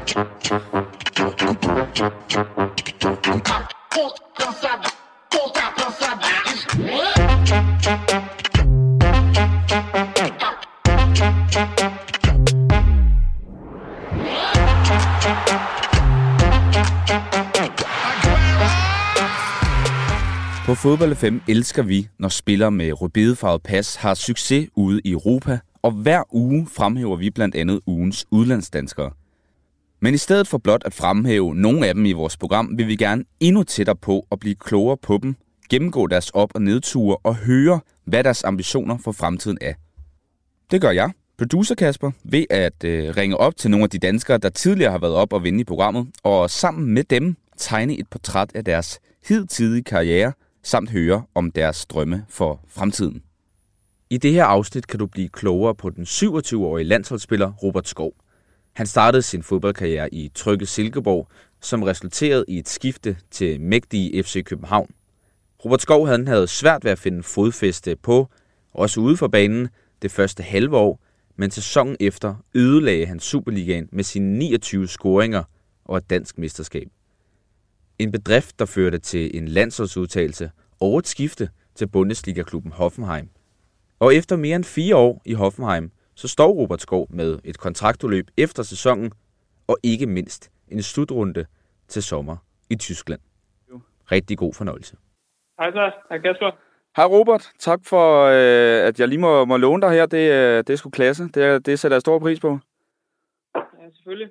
På Fodbold FM elsker vi, når spillere med rødbedefarvet pas har succes ude i Europa, og hver uge fremhæver vi blandt andet ugens udlandsdanskere. Men i stedet for blot at fremhæve nogle af dem i vores program, vil vi gerne endnu tættere på at blive klogere på dem, gennemgå deres op- og nedture og høre, hvad deres ambitioner for fremtiden er. Det gør jeg, producer Kasper, ved at ringe op til nogle af de danskere, der tidligere har været op og vinde i programmet, og sammen med dem tegne et portræt af deres hidtidige karriere, samt høre om deres drømme for fremtiden. I det her afsnit kan du blive klogere på den 27-årige landsholdsspiller Robert Skov. Han startede sin fodboldkarriere i Trygge Silkeborg, som resulterede i et skifte til mægtige FC København. Robert Skov havde svært ved at finde fodfæste på, også ude for banen, det første halve år, men sæsonen efter ødelagde han Superligaen med sine 29 scoringer og et dansk mesterskab. En bedrift, der førte til en landsholdsudtagelse og et skifte til Bundesliga-klubben Hoffenheim. Og efter mere end 4 år i Hoffenheim, så står Robert Skov med et kontraktudløb efter sæsonen, og ikke mindst en slutrunde til sommer i Tyskland. Rigtig god fornøjelse. Hej så, hej Kasper. Hej Robert, tak for at jeg lige må låne dig her. Det er sgu klasse, det sætter jeg stor pris på. Ja, selvfølgelig.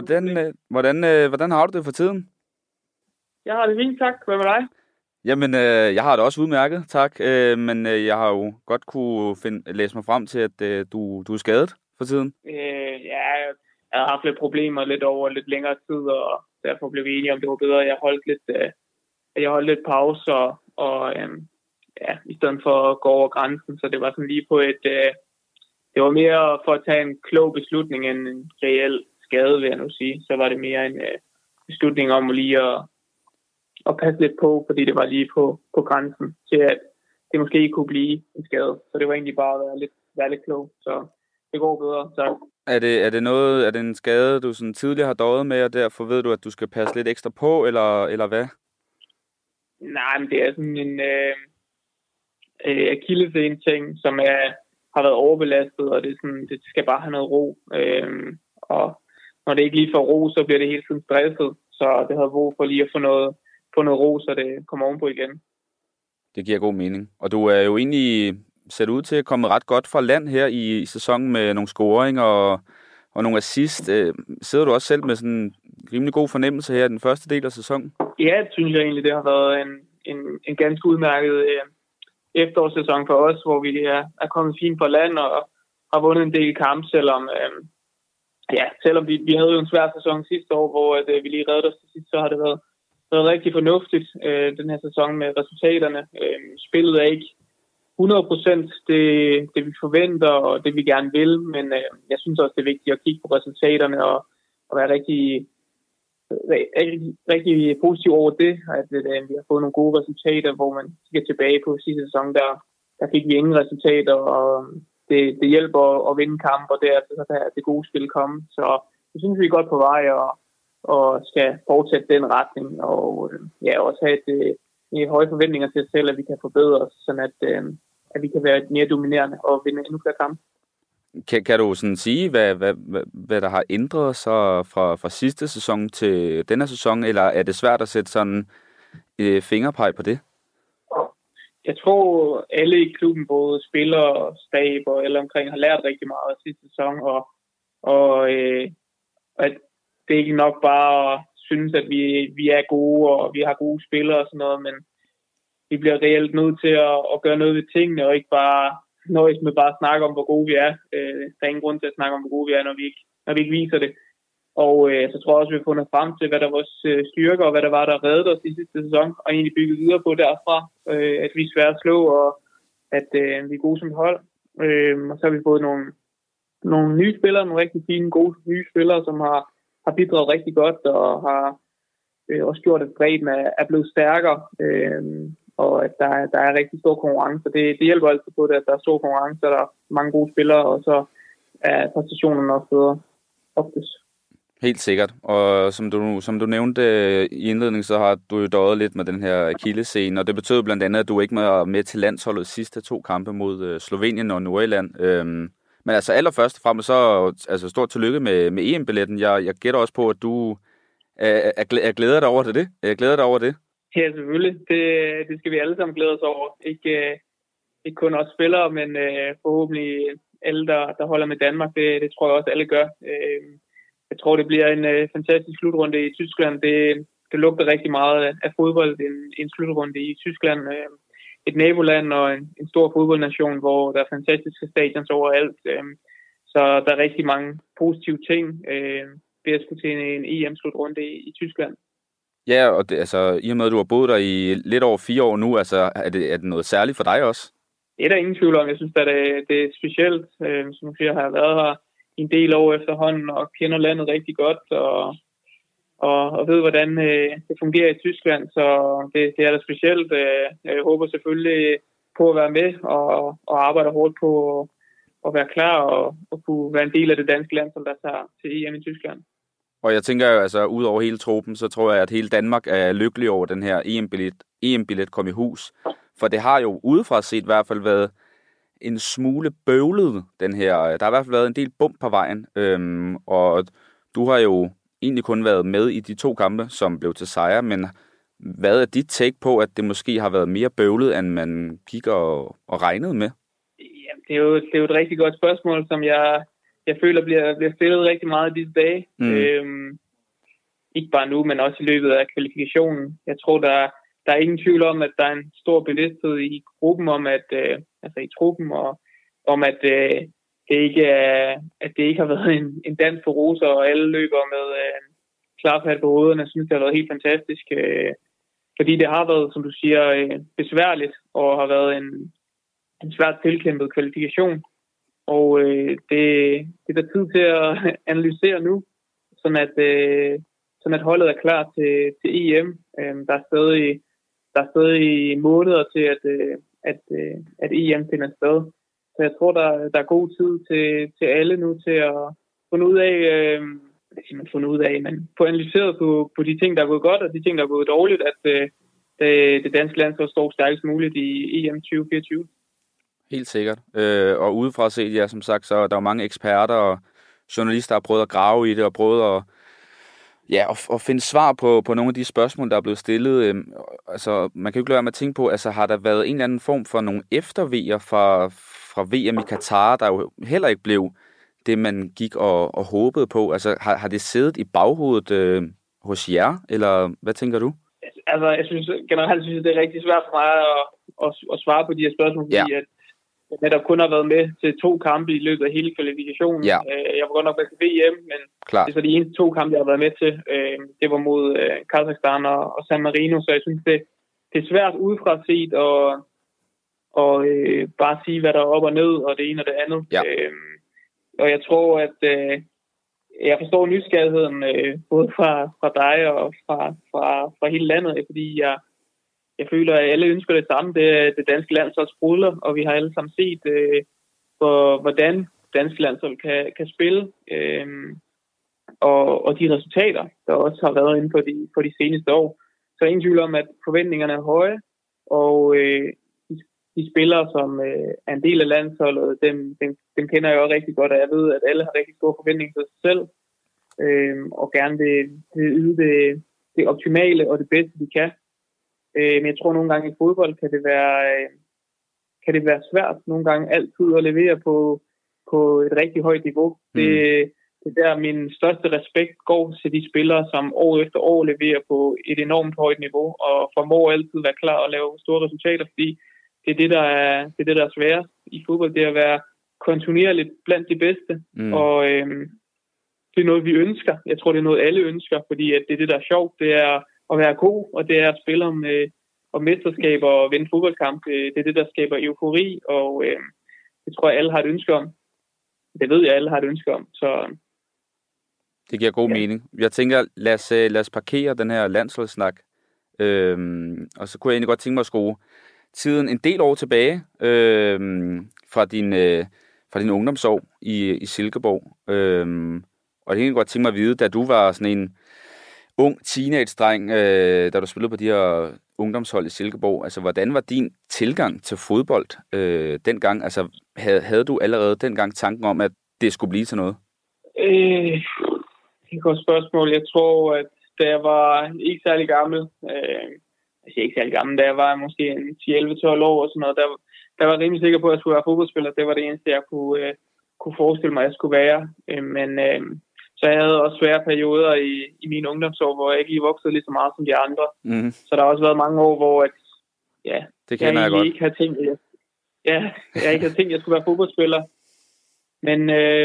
Hvordan har du det for tiden? Jeg har det fint, tak. Hvad med dig? Jamen, jeg har det også udmærket, tak. Men jeg har jo godt kunne læse mig frem til, at du er skadet for tiden. Ja, jeg har haft lidt problemer lidt over lidt længere tid, og derfor blev vi enige om, det var bedre, at jeg holdt lidt pause, og i stedet for at gå over grænsen. Så det var sådan lige på det var mere for at tage en klog beslutning end en reel skade, vil jeg nu sige. Så var det mere en beslutning om lige at passe lidt på, fordi det var lige på grænsen til, at det måske ikke kunne blive en skade. Så det var egentlig bare at være lidt klog. Så det går bedre. Så. Er det en skade, du sådan tidligere har døjet med, og derfor ved du, at du skal passe lidt ekstra på, eller hvad? Nej, men det er sådan en akillescene-ting, som har været overbelastet, og det skal bare have noget ro. Og når det ikke lige får ro, så bliver det hele tiden stresset. Så det havde brug for lige at få noget ro, så det kommer ovenpå igen. Det giver god mening. Og du er jo egentlig set ud til at komme ret godt fra land her i sæsonen med nogle scoringer og nogle assist. Sidder du også selv med sådan en rimelig god fornemmelse her i den første del af sæsonen? Ja, det synes jeg egentlig, det har været en ganske udmærket efterårssæson for os, hvor vi er kommet fint fra land og har vundet en del kampe, selvom vi havde jo en svær sæson sidste år, hvor vi lige reddede os til sidst, så har det været rigtig fornuftigt den her sæson med resultaterne. Spillet er ikke 100% det vi forventer og det vi gerne vil, men jeg synes også, det er vigtigt at kigge på resultaterne og være rigtig positiv over det, at vi har fået nogle gode resultater, hvor man kigger tilbage på sidste sæson, der fik vi ingen resultater, og det hjælper at vinde kamp, og derefter så kan det gode spil komme. Så jeg synes, vi er godt på vej og skal fortsætte den retning, og også have et høje forventninger til os selv, at vi kan forbedre os, sådan at vi kan være mere dominerende og vinde endnu flere kampe. Kan du sådan sige, hvad der har ændret sig fra sidste sæson til denne sæson, eller er det svært at sætte sådan fingerpeg på det? Jeg tror, alle i klubben, både spillere, stab og alle omkring, har lært rigtig meget af sidste sæson, og at det ikke nok bare synes, at vi er gode, og vi har gode spillere og sådan noget, men vi bliver reelt nødt til at gøre noget ved tingene, og ikke bare nøjes med bare at snakke om, hvor gode vi er. Der er ingen grund til at snakke om, hvor gode vi er, når vi ikke viser det. Og så tror jeg også, vi har fundet frem til, hvad der var vores styrker, og hvad der var, der reddede os i sidste sæson, og egentlig bygget videre på derfra, at vi er svære at slå, og at vi er gode som hold. Og så har vi fået nogle nye spillere, nogle rigtig fine, gode nye spillere, som har bidraget rigtig godt, og har også gjort, at bredden er blevet stærkere, og at der er rigtig stor konkurrence. Det hjælper altid på det, at der er stor konkurrence, og der er mange gode spillere, og så er præstationerne også bedre oftest. Helt sikkert. Og som du nævnte i indledningen, så har du jo døjet lidt med den her akillessene, og det betød blandt andet, at du ikke var med til landsholdet sidste 2 kampe mod Slovenien og Nordjylland. Men altså allerførst og fremmest så altså stort tillykke med EM-billetten. Jeg gætter også på, at du er glæder dig over det. Jeg glæder dig over det. Ja, selvfølgelig. Det skal vi alle sammen glæde os over. Ikke kun os spillere, men forhåbentlig alle, der holder med Danmark. Det tror jeg også, alle gør. Jeg tror, det bliver en fantastisk slutrunde i Tyskland. Det lugter rigtig meget af fodbold, en slutrunde i Tyskland. Et naboland og en stor fodboldnation, hvor der er fantastiske stadions overalt. Så der er rigtig mange positive ting ved at skulle til en EM-slutrunde i Tyskland. Ja, og i og med, at du har boet der i lidt over 4 år nu, altså er det noget særligt for dig også? Det er der ingen tvivl om. Jeg synes, at det er specielt. Som du siger, har jeg været her en del år efterhånden og kender landet rigtig godt og ved, hvordan det fungerer i Tyskland. Så det er da specielt. Jeg håber selvfølgelig på at være med og arbejde hårdt på at være klar og kunne være en del af det danske land, som der tager til EM i Tyskland. Og jeg tænker jo, altså ud over hele truppen, så tror jeg, at hele Danmark er lykkelig over den her EM-billet kom i hus. For det har jo udefra set i hvert fald været en smule bøvlet, den her. Der har i hvert fald været en del bump på vejen. Og du har jo egentlig kun været med i de 2 kampe, som blev til sejr. Men hvad er dit take på, at det måske har været mere bøvlet, end man gik og regnede med? Ja, det er jo et rigtig godt spørgsmål, som jeg føler bliver stillet rigtig meget i disse dage. Ikke bare nu, men også i løbet af kvalifikationen. Jeg tror, der er ingen tvivl om, at der er en stor bevidsthed i gruppen om, i truppen, og om, at det ikke har været en dans for roser, og alle løber med klarpat på hovederne. Jeg synes, det har været helt fantastisk. Fordi det har været, som du siger, besværligt, og har været en svært tilkæmpet kvalifikation. Og det er der tid til at analysere nu, sådan at holdet er klar til EM. Der er stadig måneder til, at EM finder sted. Så jeg tror, der er god tid til alle nu til at finde ud af, men få analyseret på de ting, der er gået godt, og de ting, der er gået dårligt, at det danske land så står stærkest muligt i EM 2024. Helt sikkert. Og udefra set, ja, som sagt, så er der jo mange eksperter og journalister, der har prøvet at grave i det, og prøvet at finde svar på nogle af de spørgsmål, der er blevet stillet. Altså, man kan jo ikke lade være med at tænke på, altså, har der været en eller anden form for nogle eftervejer fra VM i Katar, der jo heller ikke blev det, man gik og håbede på? Altså, har det siddet i baghovedet hos jer, eller hvad tænker du? Altså, jeg synes generelt, det er rigtig svært for mig at svare på de her spørgsmål, fordi at jeg netop kun har været med til 2 kampe i løbet af hele kvalifikationen. Ja. Jeg var godt nok med til VM, men klar. Det er så de eneste 2 kampe, jeg har været med til. Det var mod Kazakhstan og San Marino, så jeg synes, det er svært udefra set og bare sige, hvad der er op og ned, og det ene og det andet. Ja. Og jeg tror, at jeg forstår nysgerrigheden både fra dig og fra hele landet, fordi jeg føler, at alle ønsker det samme. Det danske landshold sprudler, og vi har alle sammen set, hvordan danske landshold kan spille. Og de resultater, der også har været inden for de seneste år. Så ingen tvivl om, at forventningerne er høje, og de spillere, som er en del af landsholdet, dem kender jeg også rigtig godt, og jeg ved, at alle har rigtig store forventninger til sig selv, og gerne vil yde det optimale og det bedste, de kan. Men jeg tror nogle gange i fodbold kan det være svært nogle gange altid at levere på et rigtig højt niveau. Det er der min største respekt går til de spillere, som år efter år leverer på et enormt højt niveau og formår altid at være klar og lave store resultater, fordi det er det, der er sværest i fodbold, det er at være kontinuerligt blandt de bedste. Og det er noget, vi ønsker. Jeg tror, det er noget, alle ønsker, fordi at det er det, der er sjovt. Det er at være god, og det er at spille om mesterskaber og vinde fodboldkamp. Det er det, der skaber eufori, og det tror jeg, alle har et ønske om. Det ved jeg, alle har et ønske om. Så det giver god mening. Jeg tænker, lad os parkere den her landsholdssnak, og så kunne jeg egentlig godt tænke mig at skrue tiden en del år tilbage fra din ungdomsår i Silkeborg. Og det er godt tænke mig at vide, da du var sådan en ung teenage-dreng, da du spillede på de her ungdomshold i Silkeborg, altså hvordan var din tilgang til fodbold dengang? Altså havde du allerede dengang tanken om, at det skulle blive til noget? Det er et godt spørgsmål. Jeg tror, at da jeg var ikke særlig gammel, ikke særlig gammel, da jeg var måske 10-11-12 år og sådan noget, der var jeg rimelig sikker på, at jeg skulle være fodboldspiller. Det var det eneste, jeg kunne forestille mig, at jeg skulle være. Men så jeg havde også svære perioder i mine ungdomsår, hvor jeg ikke lige voksede lige så meget som de andre. Mm. Så der har også været mange år, hvor det kender jeg godt. Ikke havde tænkt, jeg ikke havde tænkt, at jeg skulle være fodboldspiller. Men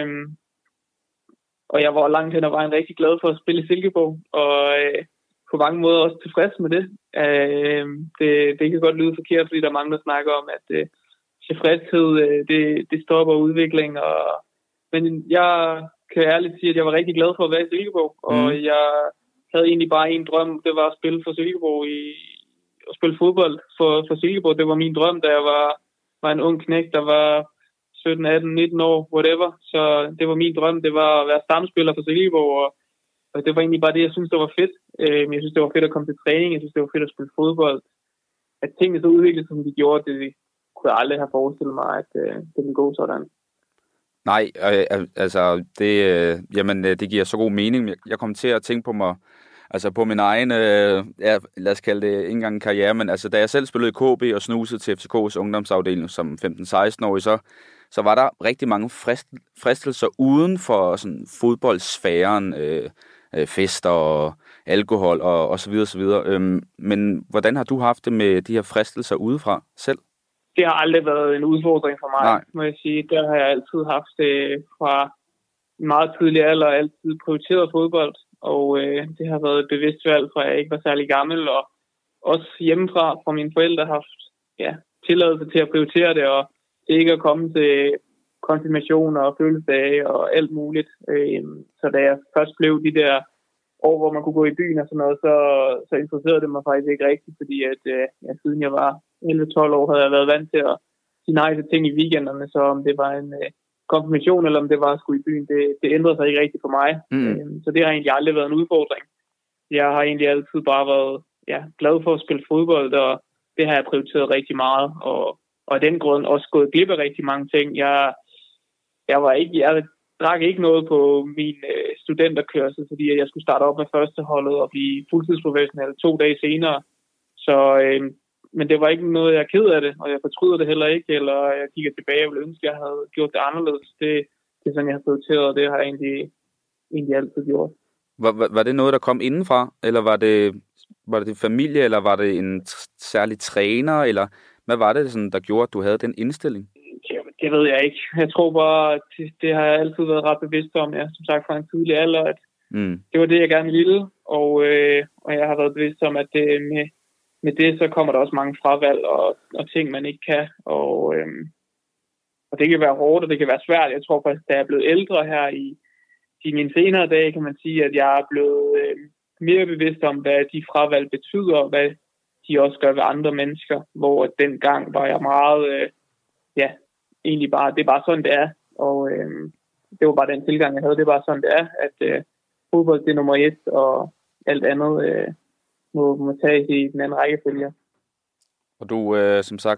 og jeg var langt hen og var rigtig glad for at spille i Silkeborg, og på mange måder også tilfreds med det. Det kan godt lyde forkert, fordi der er mange, der snakker om, at tilfredshed, det stopper udvikling. Men jeg kan ærligt sige, at jeg var rigtig glad for at være i Silkeborg, og jeg havde egentlig bare en drøm, det var at spille for Silkeborg at spille fodbold for Silkeborg. Det var min drøm, da jeg var en ung knægt, der var 17, 18, 19 år, whatever. Så det var min drøm, det var at være stamspiller for Silkeborg, og det var egentlig bare det, jeg synes, det var fedt. Jeg synes, det var fedt at komme til træning, jeg synes, det var fedt at spille fodbold. At tingene så udviklede, som de gjorde, det kunne jeg aldrig have forestillet mig, at det ville gå sådan. Nej, altså, det giver så god mening. Jeg kom til at tænke på mig, altså på min egen, lad os kalde det ikke engang karriere, men altså da jeg selv spillede i KB og snusede til FCK's ungdomsafdeling som 15-16-årig, så var der rigtig mange fristelser uden for sådan fodboldsfæren, fester og alkohol og så videre, så videre. Men hvordan har du haft det med de her fristelser udefra selv? Det har aldrig været en udfordring for mig, Nej. Må jeg sige. Der har jeg altid haft fra en meget tidlig alder, altid prioriteret fodbold, og det har været et bevidst valg, fra jeg ikke var særlig gammel, og også hjemmefra fra mine forældre har haft tilladelse til at prioritere det, og ikke at komme til konfirmationer og fødselsdage og alt muligt. Så da jeg først blev de der år, hvor man kunne gå i byen og sådan noget, så interesserede det mig faktisk ikke rigtigt, fordi at siden jeg var 11-12 år, havde jeg været vant til at sige nej til ting i weekenderne, så om det var en konfirmation, eller om det var at skulle i byen, det ændrede sig ikke rigtigt for mig. Så det har egentlig aldrig været en udfordring. Jeg har egentlig altid bare været glad for at spille fodbold, og det har jeg prioriteret rigtig meget, og af den grund også gået glip af rigtig mange ting. Jeg drak ikke noget på min studenterkørsel, fordi jeg skulle starte op med førsteholdet og blive fuldtidsprofessionel 2 dage senere. Så men det var ikke noget, jeg er ked af det, og jeg fortryder det heller ikke, eller jeg kigger tilbage og ville ønske, at jeg havde gjort det anderledes. Det er sådan, jeg har prioriteret, og det har jeg egentlig altid gjort. Var det noget, der kom indenfra, eller var det familie, eller var det en særlig træner, eller hvad var det, sådan, der gjorde, at du havde den indstilling? Det ved jeg ikke. Jeg tror bare, at det har jeg altid været ret bevidst om, som sagt fra en tidlig alder, at det var det, jeg gerne ville, og jeg har været bevidst om, at det med det, så kommer der også mange fravalg og ting, man ikke kan, og det kan være hårdt, og det kan være svært. Jeg tror faktisk, da jeg er blevet ældre her i mine senere dage, kan man sige, at jeg er blevet mere bevidst om, hvad de fravalg betyder, og hvad de også gør ved andre mennesker, hvor dengang var jeg meget, egentlig bare, det er bare sådan, det er, og det var bare den tilgang, jeg havde, det er bare sådan, det er, at fodbold det er nummer 1, og alt andet må tages i den anden rækkefølge. Og du, som sagt,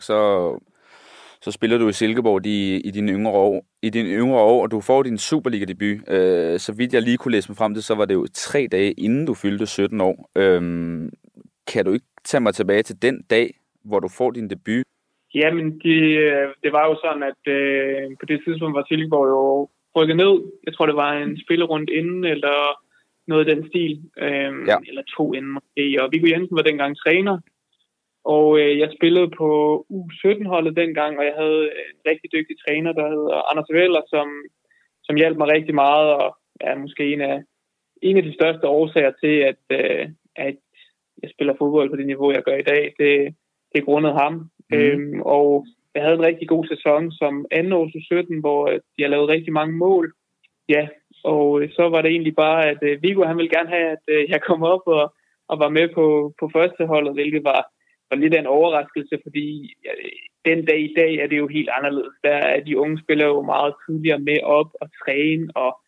så spiller du i Silkeborg i dine yngre år, og du får din Superliga-debut. Så vidt jeg lige kunne læse mig frem til, så var det jo 3 dage, inden du fyldte 17 år. Kan du ikke tage mig tilbage til den dag, hvor du får din debut? Jamen, det var jo sådan, at på det tidspunkt var Silkeborg jo rykket ned. Jeg tror, det var en spillerunde inden, eller noget af den stil. Eller 2 inden måske. Og Viggo Jensen var dengang træner. Og jeg spillede på U17-holdet dengang, og jeg havde en rigtig dygtig træner, der hedder Anders Weller, som hjalp mig rigtig meget, og er måske en af de største årsager til, at jeg spiller fodbold på det niveau, jeg gør i dag. Det er grundet ham. Og jeg havde en rigtig god sæson som andenårs U17, hvor jeg lavede rigtig mange mål. Ja, og så var det egentlig bare, at Viggo, han ville gerne have, at jeg kom op og var med på førsteholdet, hvilket var lidt af en overraskelse, fordi den dag i dag er det jo helt anderledes. Der er de unge spillere jo meget tidligere med op og træne, og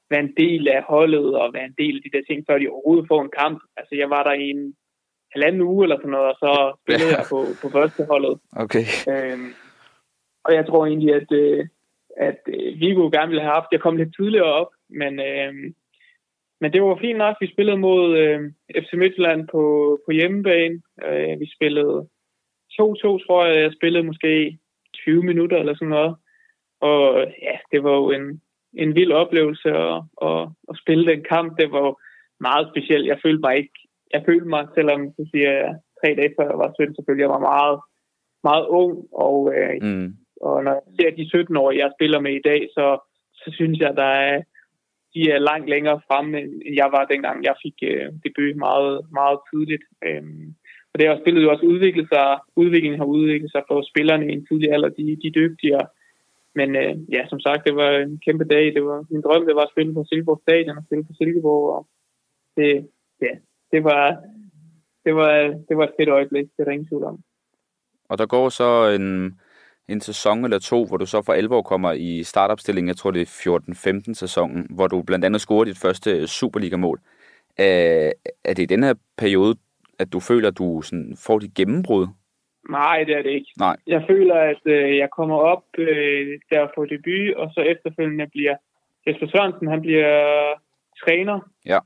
være en del af holdet og være en del af de der ting, før de overhovedet får en kamp. Altså, jeg var der i en halvanden uge eller sådan noget, og så spillede jeg på første holdet. Okay. Og jeg tror egentlig, at Viggo gerne ville have haft. Jeg kom lidt tidligere op, men det var fint nok. Vi spillede mod FC Midtjylland på hjemmebane. Vi spillede 2-2, tror jeg. Jeg spillede måske 20 minutter eller sådan noget. Og ja, det var jo en vild oplevelse at spille den kamp. Det var jo meget specielt. Jeg følte mig, selvom du siger 3 dage før jeg var 17, så følte jeg mig meget, meget ung. Og når jeg ser de 17-årige, jeg spiller med i dag, så synes jeg, de er langt længere fremme, end jeg var dengang, jeg fik debut meget, meget tidligt. Og det har spillet jo også udviklingen har udviklet sig for spillerne i en tidlig alder, de er dygtigere. Men ja, som sagt, det var en kæmpe dag. Det var min drøm, det var at spille på Silkeborg Stadion og spille på Silkeborg. Og det var et fedt øjeblik, det er der ingen tvivl om. Og der går så en sæson eller 2, hvor du så for alvor kommer i startopstillingen. Jeg tror, det er 14-15 sæsonen, hvor du blandt andet scorer dit første Superliga-mål. Er det i den her periode, at du føler, at du sådan får dit gennembrud? Nej, det er det ikke. Nej. Jeg føler, at jeg kommer op der for debut, og så efterfølgende bliver Jesper Sørensen, han bliver træner. Ja.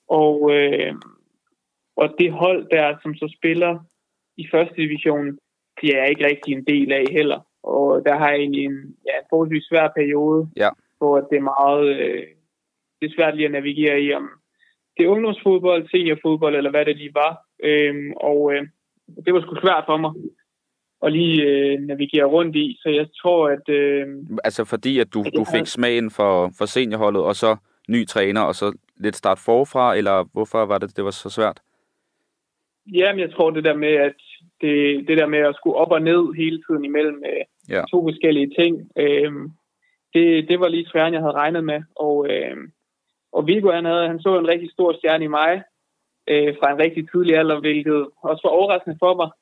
Og det hold der, som så spiller i første division, det er jeg ikke rigtig en del af heller. Og der har jeg egentlig en forholdsvis svær periode, hvor det er meget det er svært lige at navigere i, om det er ungdomsfodbold, seniorfodbold, eller hvad det lige var. Det var sgu svært for mig at lige navigere rundt i. Så jeg tror, at altså fordi, at du fik smagen for seniorholdet, og så ny træner, og så lidt start forfra, eller hvorfor var det var så svært? Jamen, jeg tror det der med, at det der med at skulle op og ned hele tiden imellem to forskellige ting, det var lige sværere, end jeg havde regnet med. Og Viggo, han så en rigtig stor stjerne i mig fra en rigtig tidlig alder, hvilket også var overraskende for mig.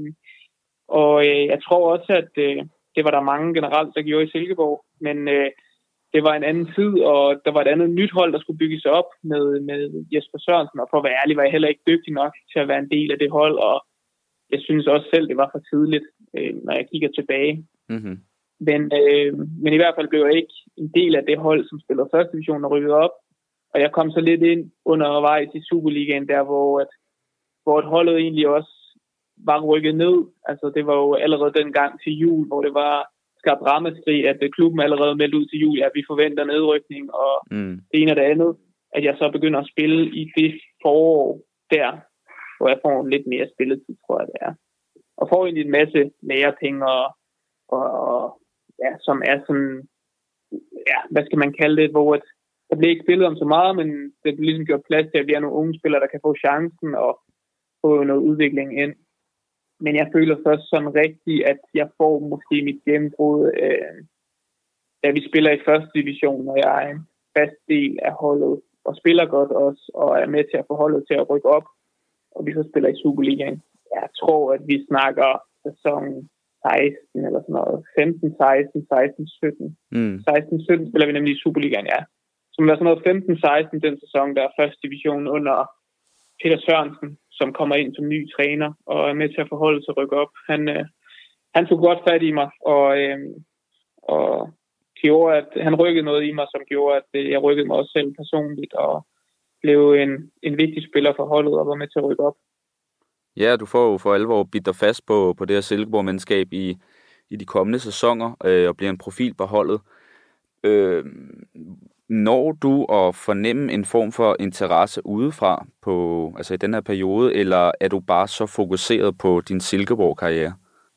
Jeg tror også, at det var der mange generelt, der gjorde i Silkeborg, men det var en anden tid, og der var et andet nyt hold, der skulle bygges op med Jesper Sørensen, og for at være ærlig, var jeg heller ikke dygtig nok til at være en del af det hold, og jeg synes også selv, det var for tidligt, når jeg kigger tilbage. Mm-hmm. Men i hvert fald blev jeg ikke en del af det hold, som spillede første division og rykkede op, og jeg kom så lidt ind undervejs i Superligaen, der hvor et holdet egentlig også var rykket ned. Altså det var jo allerede dengang til jul, hvor det var skabt ramaskrig, at klubben allerede meldte ud til jul, at vi forventer nedrykning, og det ene og det andet, at jeg så begynder at spille i det forår der, hvor jeg får lidt mere spilletid, tror jeg det er. Og får egentlig en masse lærepenge, og som er sådan, hvad skal man kalde det, hvor der bliver ikke spillet om så meget, men det bliver ligesom gjort plads til, at vi er nogle unge spillere, der kan få chancen og få noget udvikling ind. Men jeg føler først sådan rigtigt, at jeg får måske mit gennembrud, da vi spiller i første division, og jeg er en fast del af holdet, og spiller godt også, og er med til at få holdet til at rykke op, og vi så spiller i Superligaen. Jeg tror, at vi snakker sæson 16 eller sådan noget, 15, 16, 16, 17. 16, 17 spiller vi nemlig i Superligaen, ja. Som var sådan noget 15, 16 den sæson, der er første division under Peter Sørensen, som kommer ind som ny træner og er med til at forholde sig og rykke op. Han tog godt fat i mig, og gjorde, at han rykkede noget i mig, som gjorde, at jeg rykkede mig også selv personligt og blev en vigtig spiller for holdet og var med til at rykke op. Ja, du får jo for alvor bidt dig fast på det her Silkeborg-mandskab i de kommende sæsoner og bliver en profil på holdet. Når du at fornemme en form for interesse udefra altså i den her periode, eller er du bare så fokuseret på din Silkeborg-karriere?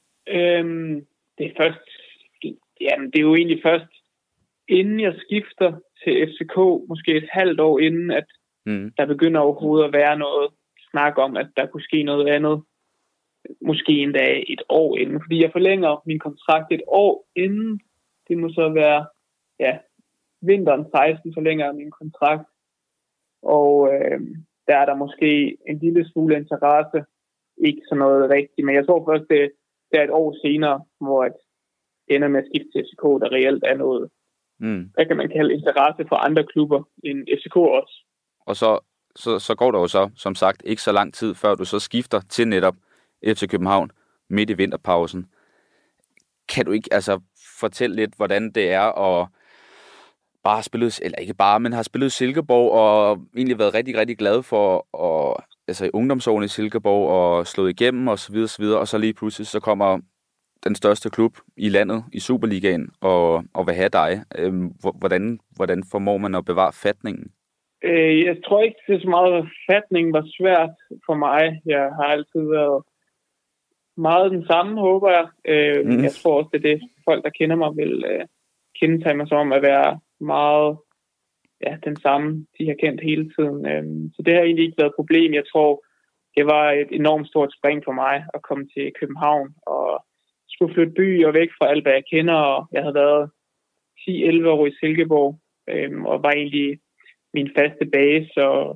Det er jo egentlig først, inden jeg skifter til FCK, måske et halvt år inden, at der begynder overhovedet at være noget snak om, at der kunne ske noget andet. Måske endda et år inden, fordi jeg forlænger min kontrakt et år inden. Det må så være, vinteren 16 forlænger min kontrakt, og der er der måske en lille smule interesse, ikke sådan noget rigtigt, men jeg tror først, det er et år senere, hvor det ender med at skifte til FCK, der reelt er hvad kan man kalde, interesse for andre klubber end FCK også. Og så går der jo så, som sagt, ikke så lang tid, før du så skifter til netop FC København midt i vinterpausen. Kan du ikke fortælle lidt, hvordan det er at bare have spillet, eller ikke bare, men har spillet Silkeborg og egentlig været rigtig, rigtig glad for i ungdomsårene i Silkeborg og slået igennem og så videre, og så lige pludselig så kommer den største klub i landet i Superligaen og vil have dig. Hvordan formår man at bevare fatningen? Jeg tror ikke, det er så meget, fatningen var svært for mig. Jeg har altid været meget den samme, håber jeg. Jeg tror også, det er det, folk, der kender mig, vil kendetegne mig som at være meget den samme, de har kendt hele tiden. Så det har egentlig ikke været et problem. Jeg tror, det var et enormt stort spring for mig at komme til København og skulle flytte by og væk fra alt, hvad jeg kender. Og jeg havde været 10-11 år i Silkeborg og var egentlig min faste base. Og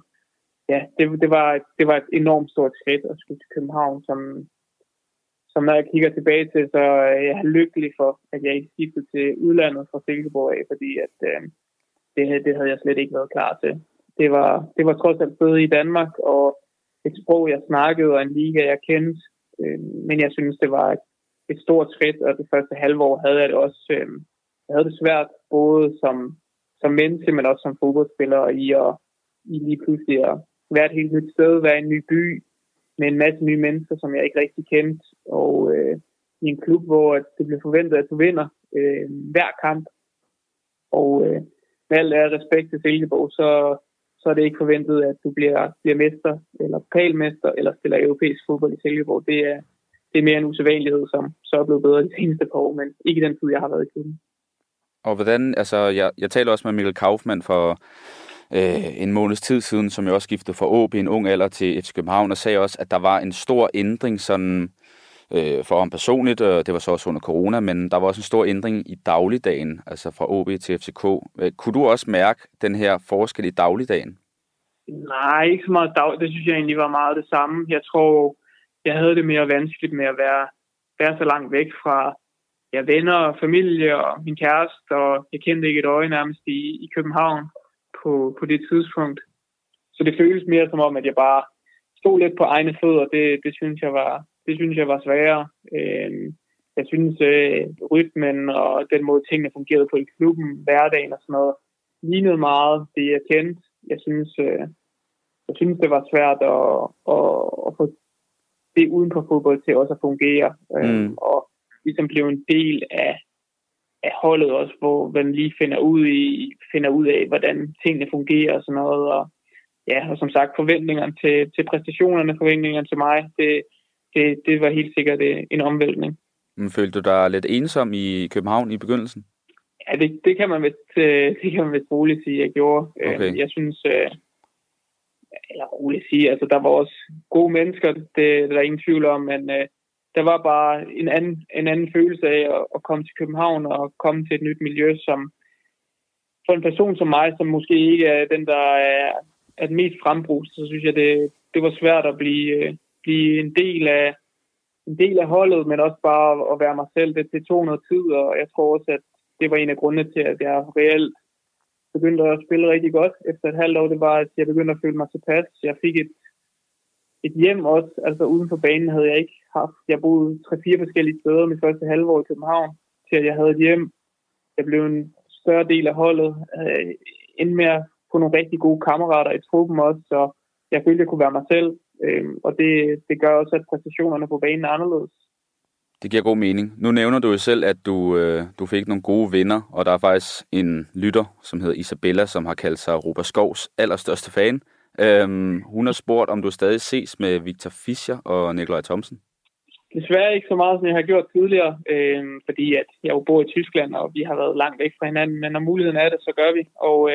det var et enormt stort skridt at skulle til København, som når jeg kigger tilbage til, så jeg er lykkelig for, at jeg ikke skiftede til udlandet fra Silkeborg af, fordi at det havde jeg slet ikke været klar til. Det var trods alt født i Danmark, og et sprog, jeg snakkede, og en liga, jeg kendte. Men jeg synes, det var et stort skridt, og det første halve år havde jeg det også. Jeg havde det svært, både som menneske, men også som fodboldspiller, i lige pludselig at være et helt nyt sted, være en ny by, med en masse nye mennesker, som jeg ikke rigtig kendte, og i en klub, hvor det blev forventet, at du vinder hver kamp. Og med al respekt til Silkeborg, så er det ikke forventet, at du bliver mester, eller pokalmester, eller spiller europæisk fodbold i Silkeborg. Det er mere en usædvanlighed, som så er blevet bedre de seneste par år, men ikke den tid, jeg har været i klubben. Og hvordan, jeg taler også med Mikkel Kaufmann for en måneds tid siden, som jeg også skiftede fra AaB i en ung alder til FC København, og sagde også, at der var en stor ændring sådan, for ham personligt, og det var så også under corona, men der var også en stor ændring i dagligdagen, altså fra AaB til FCK. Kunne du også mærke den her forskel i dagligdagen? Nej, ikke så meget dag. Det synes jeg egentlig var meget det samme. Jeg tror, jeg havde det mere vanskeligt med at være så langt væk fra venner og familie og min kæreste, og jeg kendte ikke et øje nærmest i København på det tidspunkt. Så det føles mere som om, at jeg bare stod lidt på egne fødder. Det synes jeg var sværere. Jeg synes, rytmen og den måde, tingene fungerede på i klubben, hverdagen og sådan noget, lignede meget det, jeg kendte. Jeg synes det var svært at få det uden for fodbold til også at fungere. Og ligesom blive en del af holdet også, hvor man lige finder ud af, hvordan tingene fungerer og sådan noget. Og som sagt, forventningerne til præstationerne, forventningerne til mig, det var helt sikkert en omvæltning. Men følte du dig lidt ensom i København i begyndelsen? Ja, det kan man vist roligt sige, jeg gjorde. Okay. Jeg synes, eller roligt sige, altså der var også gode mennesker, det er der ingen tvivl om, men der var bare en anden følelse af at komme til København og komme til et nyt miljø, som for en person som mig, som måske ikke er den, der er den mest frembruste, så synes jeg, det var svært at blive en del af holdet, men også bare at være mig selv. Det tog noget tid, og jeg tror også, at det var en af grundene til, at jeg reelt begyndte at spille rigtig godt. Efter et halvt år, det var, at jeg begyndte at føle mig tilpas. Jeg fik et hjem også, altså uden for banen havde jeg ikke haft. Jeg boede 3-4 forskellige steder mit første halvår i København, til at jeg havde et hjem. Jeg blev en større del af holdet. Endte med at få nogle rigtig gode kammerater i truppen også, så jeg følte, at jeg kunne være mig selv. Og det gør også, at præstationerne på banen er anderledes. Det giver god mening. Nu nævner du jo selv, at du fik nogle gode venner, og der er faktisk en lytter, som hedder Isabella, som har kaldt sig Robert Skovs allerstørste fan. Hun har spurgt, om du stadig ses med Victor Fischer og Nikolaj Thomsen. Desværre ikke så meget, som jeg har gjort tidligere, fordi at jeg jo bor i Tyskland, og vi har været langt væk fra hinanden, men når muligheden er det, så gør vi. Og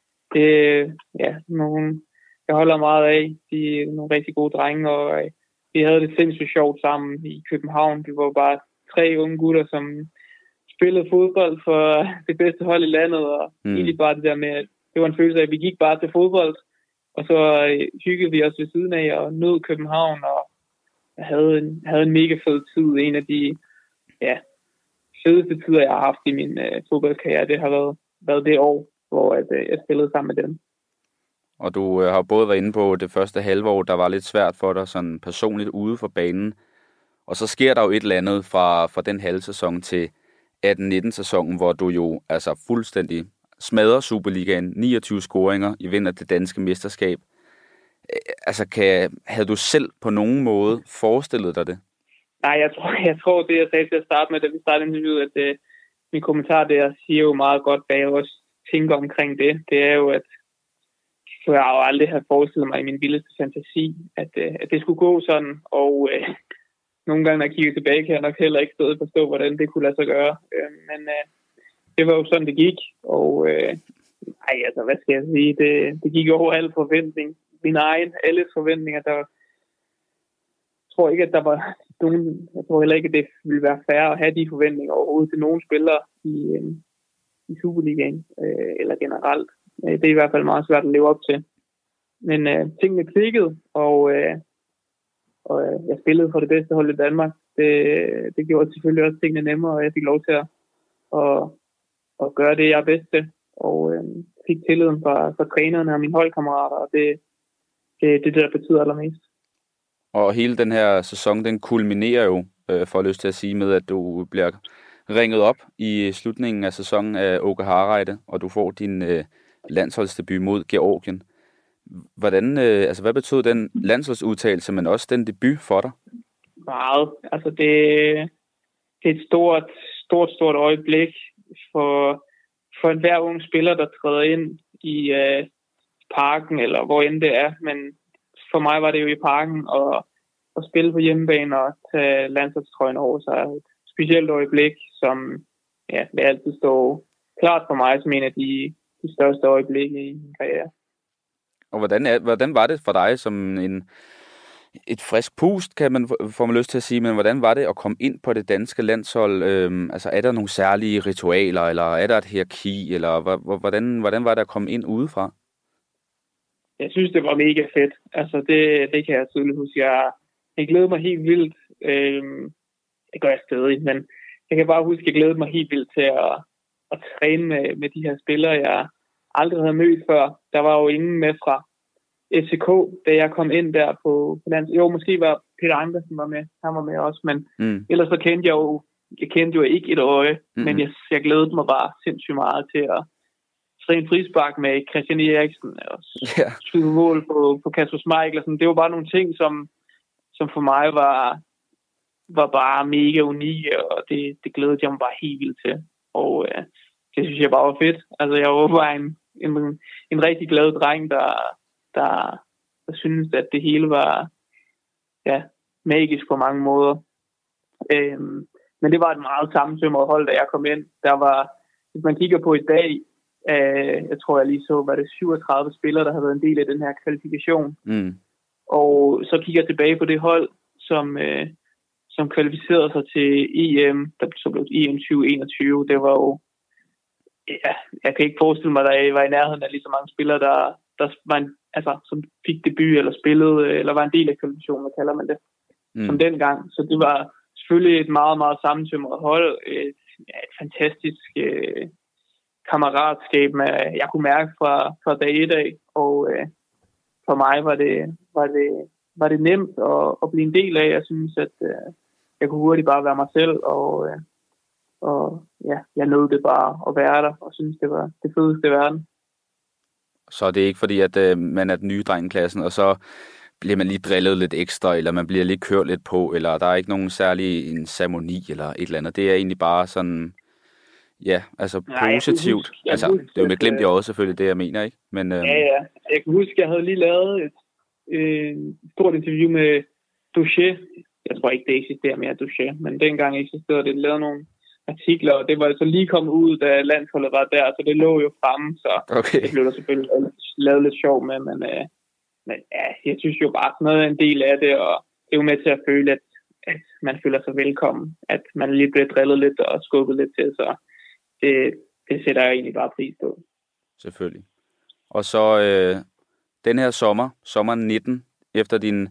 jeg holder meget af. De er nogle rigtig gode drenge, og vi havde det sindssygt sjovt sammen i København. Vi var bare 3 unge gutter, som spillede fodbold for det bedste hold i landet, og egentlig bare det der med, at det var en følelse af, at vi gik bare til fodbold, og så hyggede vi os ved siden af og nød København, og jeg havde en mega fed tid. En af de fedeste tider, jeg har haft i min fodboldkarriere. Det har været været det år, hvor jeg spillede sammen med dem. Og du har både været inde på det første halvår, der var lidt svært for dig sådan personligt ude for banen. Og så sker der jo et eller andet fra den halve sæson til 18-19-sæsonen, hvor du jo altså fuldstændig smadrer Superligaen, 29 scoringer, I vinder det danske mesterskab. Altså, havde du selv på nogen måde forestillet dig det? Nej, jeg tror det, jeg sagde til at starte med, da vi startede interviewet, at min kommentar der siger jo meget godt, hvad jeg også tænker omkring det. Det er jo, at jeg har jo aldrig have forestillet mig i min vildeste fantasi, at det skulle gå sådan, og nogle gange, når jeg kigger tilbage, kan jeg nok heller ikke stå og forstå, hvordan det kunne lade sig gøre. Men det var jo sådan, det gik, og altså, hvad skal jeg sige, det gik over al forventning. Min egen, alles forventninger, jeg tror ikke, at der var nogen, jeg tror heller ikke, at det ville være fair at have de forventninger overhovedet til nogen spillere i Superligaen, eller generelt. Det er i hvert fald meget svært at leve op til. Men tingene klikkede, og jeg spillede for det bedste hold i Danmark. Det gjorde selvfølgelig også tingene nemmere, og jeg fik lov til at gøre det, jeg er bedst til. Og fik tilliden fra trænerne og mine holdkammerater, og det er det, der betyder allermest. Og hele den her sæson, den kulminerer jo, for lyst til at sige, med at du bliver ringet op i slutningen af sæsonen af Åke Hareide, og du får din landsholdsdebut mod Georgien. Hvad betød den landsholdsudtagelse, men også den debut for dig? Meget. Altså det er et stort øjeblik for enhver ung spiller, der træder ind i parken, eller hvor end det er. Men for mig var det jo i parken at spille på hjemmebane og tage landsholdstrøjen over, så et specielt øjeblik, som vil altid stå klart for mig som en af de største øjeblikke i min karriere. Og hvordan var det for dig som et frisk pust, får man lyst til at sige, men hvordan var det at komme ind på det danske landshold? Altså er der nogle særlige ritualer, eller er der et hierarki, eller hvordan var det at komme ind udefra? Jeg synes, det var mega fedt. Altså det kan jeg tydeligt huske. Jeg glædede mig helt vildt. Det gør jeg stadig, men jeg kan bare huske, at jeg glædede mig helt vildt til at træne med de her spillere, jeg aldrig havde mødt før. Der var jo ingen med fra FCK, da jeg kom ind der på lands. Jo, måske var Peter Andersen var med. Han var med også, men ellers så kendte jeg jo ikke et øje, men jeg glædede mig bare sindssygt meget til at træne frispark med Christian Eriksen og skyde mål på Kasper Schmeichel. Det var bare nogle ting, som for mig var bare mega unikke, og det glædede jeg mig bare helt vildt til. Og det synes jeg bare var fedt. Altså, jeg var bare en rigtig glad dreng, der synes, at det hele var magisk på mange måder. Men det var et meget sammensømret hold, da jeg kom ind. Der var, hvis man kigger på i dag, jeg tror, jeg lige så, var det 37 spillere, der havde været en del af den her kvalifikation. Og så kigger jeg tilbage på det hold, som kvalificerede sig til EM, der så blev EM 2021. Det var jo, jeg kan ikke forestille mig, at der var i nærheden af lige så mange spillere, der var som fik debut eller spillede, eller var en del af kvalifikationen, kalder man det, som dengang. Så det var selvfølgelig et meget, meget sammensømret hold, et fantastisk kammeratskab, jeg kunne mærke fra dag 1 af, og for mig var det nemt at blive en del af. Jeg synes, at jeg kunne hurtigt bare være mig selv, og jeg nåede det bare at være der, og synes, det var det fedeste i verden. Så det er ikke fordi, at man er den nye dreng i klassen, og så bliver man lige drillet lidt ekstra, eller man bliver lige kørt lidt på, eller der er ikke nogen særlig en ceremoni, eller et eller andet. Det er egentlig bare sådan, positivt. Det er jo med glemt i øjet selvfølgelig, det jeg mener, ikke? Men, jeg kan huske, jeg havde lige lavet et stort interview med Douchet. Jeg tror ikke, det eksisterer mere, Douchet, men dengang eksisterede det. Lavede nogle artikler, og det var så lige kommet ud, da landsholdet var der, så det lå jo fremme, så det blev der selvfølgelig lavet lidt sjov med, men jeg synes jo bare, at noget er en del af det, og det er jo med til at føle, at man føler sig velkommen, at man lige bliver drillet lidt og skubbet lidt til, så det sætter jeg egentlig bare pris på. Selvfølgelig. Og så den her sommeren 19, efter din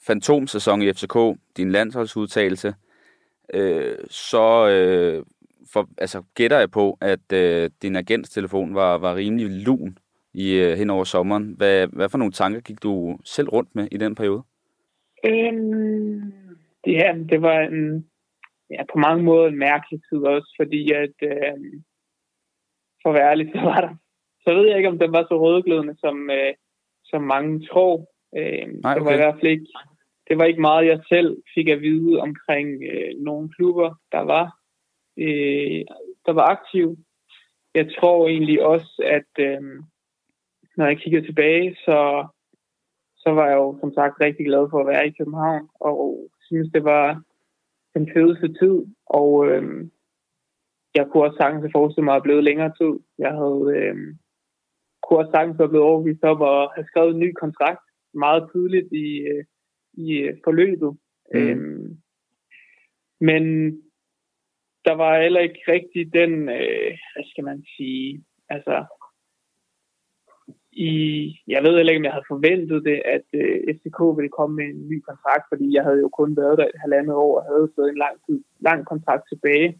fantomsæson i FCK, din landsholdsudtagelse, så gætter jeg på, at din agents telefon var rimelig lun hen over sommeren. Hvad for nogle tanker gik du selv rundt med i den periode? Det var på mange måder en mærkelig tid også, fordi at for at være ærlig, så ved jeg ikke, om den var så rødglødende, som mange tror. Nej, okay. Det var i hvert fald ikke, det var ikke meget, jeg selv fik at vide omkring nogle klubber, der var aktive. Jeg tror egentlig også, at når jeg kigger tilbage, så var jeg jo som sagt rigtig glad for at være i København, og synes, det var den fedeste tid, og jeg kunne også sagtens forestille mig at blive længere tid. Jeg kunne også sagtens være blevet overbevist op og have skrevet en ny kontrakt meget tidligt i forløbet. Men der var heller ikke rigtig den, hvad skal man sige, altså jeg ved heller ikke, om jeg havde forventet det, at FCK ville komme med en ny kontrakt, fordi jeg havde jo kun været der et 1,5 år og havde fået en lang kontrakt tilbage.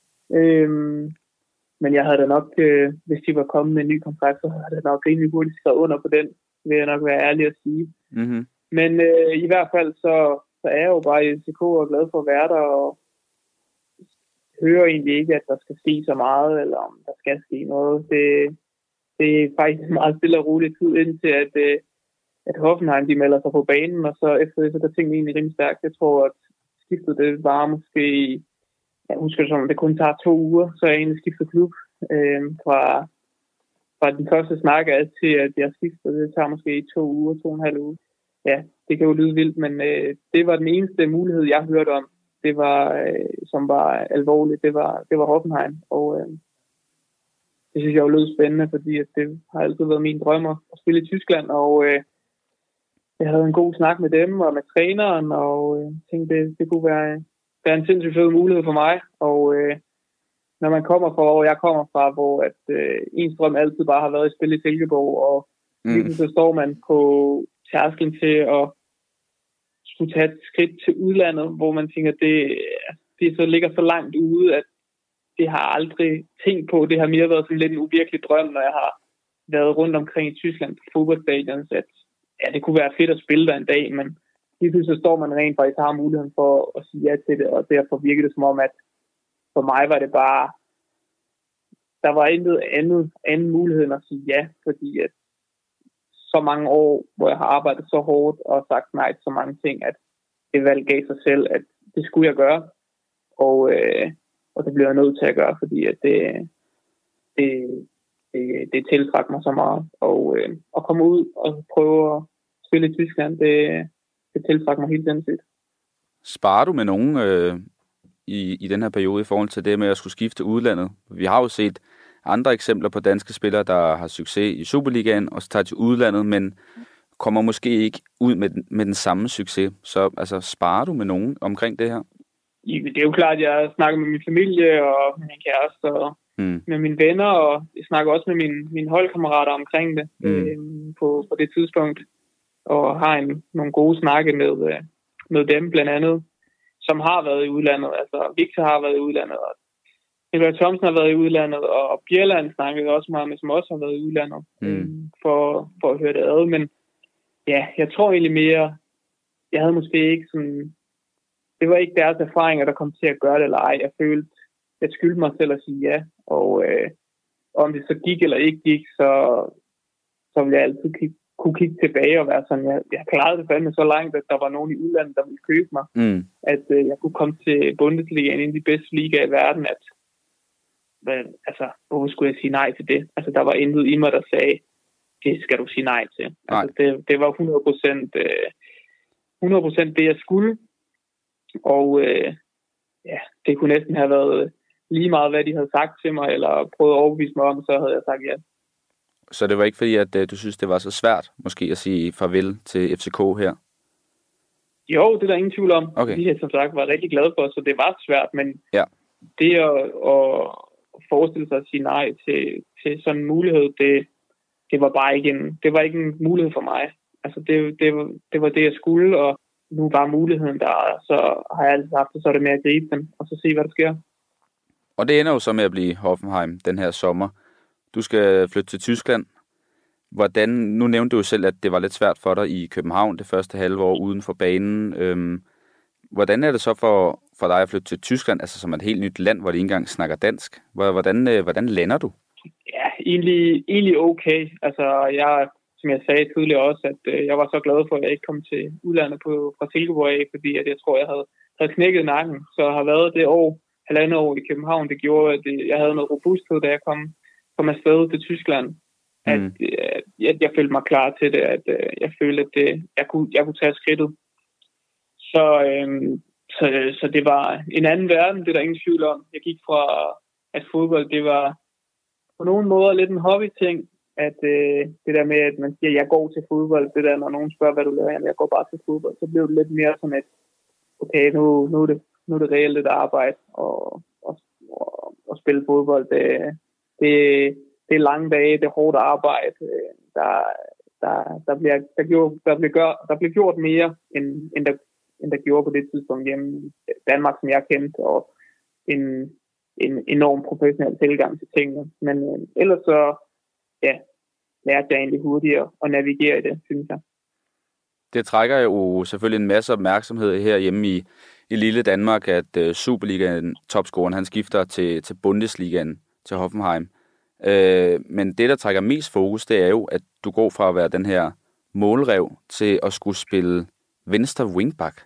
Men jeg havde da nok, hvis de var kommet med en ny kontrakt, så havde jeg nok rimelig hurtigt skrevet under på den, vil jeg nok være ærlig at sige. Mm-hmm. Men i hvert fald så er jeg jo bare i FCK og glad for at være der, og hører egentlig ikke, at der skal ske så meget, eller om der skal ske noget. Det er faktisk en meget stille og rolig tid indtil, at Hoffenheim de melder sig på banen, og så efter det, så der tingene egentlig rimelig stærkt. Jeg tror, at skiftet det var måske, jeg husker det som, at det kun tager 2 uger, så er jeg egentlig skiftet klub. Fra den første snak af til, at jeg skiftede, det tager måske 2 uger, 2,5 uger. Ja, det kan jo lyde vildt, men det var den eneste mulighed, jeg hørte om. Det var, som var alvorligt, det var Hoffenheim, og det synes jeg jo lød spændende, fordi at det har altid været min drøm at spille i Tyskland, og jeg havde en god snak med dem og med træneren, og tænkte, det kunne være en sindssygt fed mulighed for mig. Og når man kommer fra, hvor jeg kommer fra, hvor at ens drøm altid bare har været at spille i Silkeborg, og så står man på tærsklen til at skulle tage et skridt til udlandet, hvor man tænker, det så ligger så langt ude, at det har aldrig tænkt på. Det har mere været sådan lidt en uvirkelig drøm, når jeg har været rundt omkring i Tyskland på fodboldstadion, at det kunne være fedt at spille der en dag, men lige pludselig så står man rent faktisk har muligheden for at sige ja til det, og derfor virker det som om, at for mig var det bare, der var intet anden mulighed end at sige ja, fordi at så mange år, hvor jeg har arbejdet så hårdt og sagt nej til så mange ting, at det valg gav sig selv, at det skulle jeg gøre, og det bliver jeg nødt til at gøre, fordi at det tiltrækker mig så meget. Og at komme ud og prøve at spille i Tyskland, det tiltrækker mig helt sindssygt. Sparer du med nogen i den her periode i forhold til det med at skulle skifte udlandet? Vi har jo set andre eksempler på danske spillere, der har succes i Superligaen og så tager til udlandet, men kommer måske ikke ud med den samme succes. Så altså, sparer du med nogen omkring det her? Det er jo klart, at jeg snakker med min familie og med min kæreste og med mine venner, og jeg snakker også med mine holdkammerater omkring det på det tidspunkt, og har nogle gode snakke med dem blandt andet, som har været i udlandet. Altså Victor har været i udlandet, og Nikolaj Thomsen har været i udlandet, og Bjelland snakkede også meget med, som også har været i udlandet, for at høre det ad. Men ja, jeg tror egentlig mere, jeg havde måske ikke sådan, det var ikke deres erfaringer, der kom til at gøre det eller ej. Jeg følte, jeg skyldte mig selv at sige ja, og om det så gik eller ikke gik, så ville jeg altid kunne kigge tilbage og være sådan, jeg klarede det fandme så langt, at der var nogen i udlandet, der ville købe mig. At jeg kunne komme til Bundesligaen, en af de bedste ligaer i verden, hvorfor skulle jeg sige nej til det? Altså, der var intet i mig, der sagde, det skal du sige nej til. Nej. Altså, det var 100% det, jeg skulle. Og det kunne næsten have været lige meget, hvad de havde sagt til mig, eller prøvet at overbevise mig om, så havde jeg sagt ja. Så det var ikke fordi, at du synes, det var så svært, måske at sige farvel til FCK her? Jo, det er der ingen tvivl om. Okay. Jeg som sagt var rigtig glad for, så det var svært, men det at forestille sig at sige nej til sådan en mulighed, det var bare ikke en mulighed for mig. Altså det var det, jeg skulle, og nu var muligheden der, så har jeg altid haft det, så er det med at gribe den, og så se, hvad der sker. Og det ender jo så med at blive Hoffenheim den her sommer. Du skal flytte til Tyskland. Nu nævnte du jo selv, at det var lidt svært for dig i København det første halve år uden for banen. Hvordan er det så for dig at flytte til Tyskland, altså som et helt nyt land, hvor de ikke engang snakker dansk? Hvordan lander du? Ja, egentlig okay. Altså, som jeg sagde tidligere også, at jeg var så glad for, at jeg ikke kom til udlandet fra Silkeborg af, fordi at jeg tror, jeg havde knækket nakken. Så jeg har været det halvandet år i København. Det gjorde, at jeg havde noget robusthed, da jeg kom afsted til Tyskland. At jeg følte mig klar til det, at jeg følte, at jeg kunne tage skridtet. Så det var en anden verden, det er der ingen tvivl om. Jeg gik fra, at fodbold, det var på nogle måder lidt en hobby-ting, at det der med, at man siger, at jeg går til fodbold, det der, når nogen spørger, hvad du laver, jamen, jeg går bare til fodbold, så blev det lidt mere sådan, at okay, nu er det reelt et arbejde og spille fodbold. Det er lange dage, det er hårdt arbejde. Der bliver gjort mere, end der gjorde på det tidspunkt hjemme i Danmark, som jeg kendte, og en enorm professionel tilgang til tingene. Men ellers så, lærte jeg egentlig hurtigere at navigere i det, synes jeg. Det trækker jo selvfølgelig en masse opmærksomhed herhjemme i lille Danmark, at Superligaen topscoren, han skifter til Bundesligaen, til Hoffenheim. Men det, der trækker mest fokus, det er jo, at du går fra at være den her målrev til at skulle spille venstre wingback.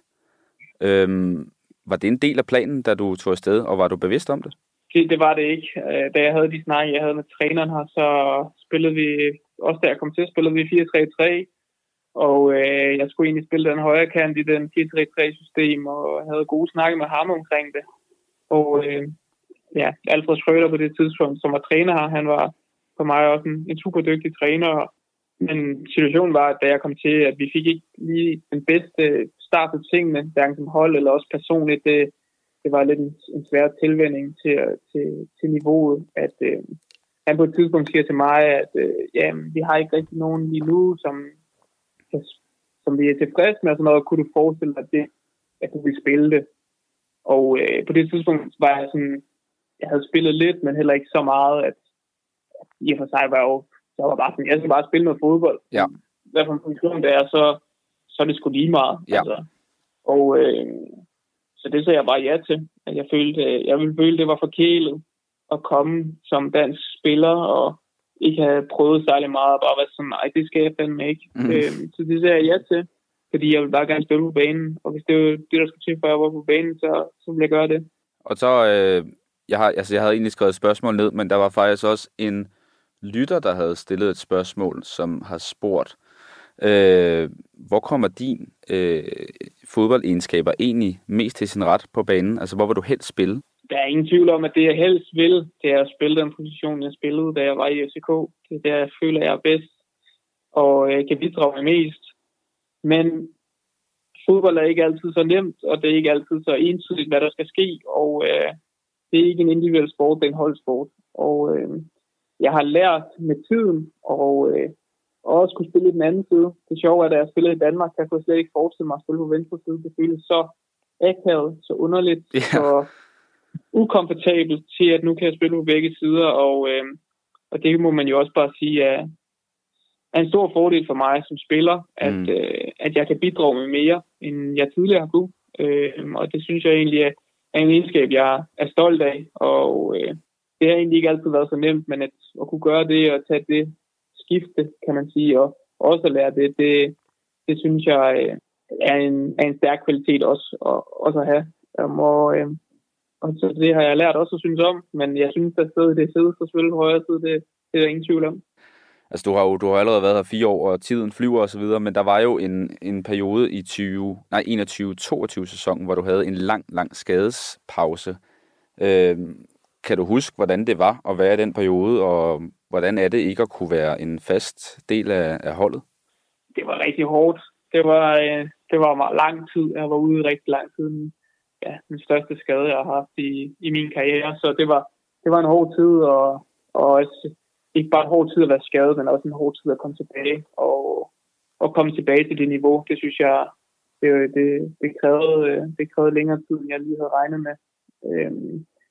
Var det en del af planen, da du tog afsted, og var du bevidst om det? Det var det ikke. Da jeg havde de snakke, jeg havde med træneren her, så spillede vi, også da jeg kom til, spillede vi 4-3-3, og jeg skulle egentlig spille den højre kant i den 4-3-3-system, og havde gode snakke med ham omkring det. Og Alfred Schrøder på det tidspunkt, som var træner her, han var for mig også en super dygtig træner. Men situationen var, at da jeg kom til, at vi fik ikke lige den bedste start på tingene, hverken som hold eller også personligt. Det var lidt en svær tilvænning til niveauet, at han på et tidspunkt siger til mig, at vi har ikke rigtig nogen lige nu, som vi er tilfredse med, og sådan noget, kunne du forestille dig, at du ville spille det. Og på det tidspunkt var jeg sådan, jeg havde spillet lidt, men heller ikke så meget, at i og for sig var jeg var bare sådan, jeg skal bare spille noget fodbold. Ja. Hvad for en funktion det er, så er det sgu lige meget. Ja. Altså. Og så det sagde jeg bare ja til. At jeg ville føle, det var forkælet at komme som dansk spiller og ikke have prøvet særlig meget og bare være sådan, nej, det skal jeg fandme ikke. Så det sagde jeg ja til, fordi jeg ville bare gerne spille på banen. Og hvis det var det, der skulle til, før jeg var på banen, så ville jeg gøre det. Og så, jeg havde egentlig skrevet et spørgsmål ned, men der var faktisk også en lytter, der havde stillet et spørgsmål, som har spurgt, hvor kommer din fodboldegenskaber egentlig mest til sin ret på banen? Altså, hvor vil du helst spille? Der er ingen tvivl om, at det jeg helst vil, det er at spille den position, jeg spillede, da jeg var i FCK. Det er der, jeg føler, jeg er bedst og kan bidrage mest. Men fodbold er ikke altid så nemt, og det er ikke altid så entydigt, hvad der skal ske. Og det er ikke en individuel sport, det er en holdsport. Og jeg har lært med tiden, og også kunne spille i den anden side. Det sjove er, at da jeg spillede i Danmark, kan jeg slet ikke forestille mig at spille på venstre side. Det føles så akavet, så underligt, så ukomfortabelt til, at nu kan jeg spille på begge sider. Og det må man jo også bare sige er en stor fordel for mig som spiller, at jeg kan bidrage med mere, end jeg tidligere har kunnet. Og det synes jeg egentlig er en egenskab, jeg er stolt af. Og det har egentlig ikke altid været så nemt, men at kunne gøre det og tage det skifte, kan man sige, og også at lære det synes jeg er en stærk kvalitet også at have. Og så det har jeg lært også at synes om, men jeg synes, at stedet det sidder for spille på højre side, det er der ingen tvivl om. Altså, du har allerede været her 4 år, og tiden flyver og så videre, men der var jo en periode i 21-22 sæsonen, hvor du havde en lang skadespause. Kan du huske, hvordan det var at være i den periode, og hvordan er det ikke at kunne være en fast del af holdet? Det var rigtig hårdt. Det var meget lang tid. Jeg var ude rigtig lang tid. Ja, den største skade, jeg har haft i min karriere. Så det var en hård tid, og også, ikke bare en hård tid at være skadet, men også en hård tid at komme tilbage og komme tilbage til det niveau. Det synes jeg, det krævede længere tid, end jeg lige havde regnet med.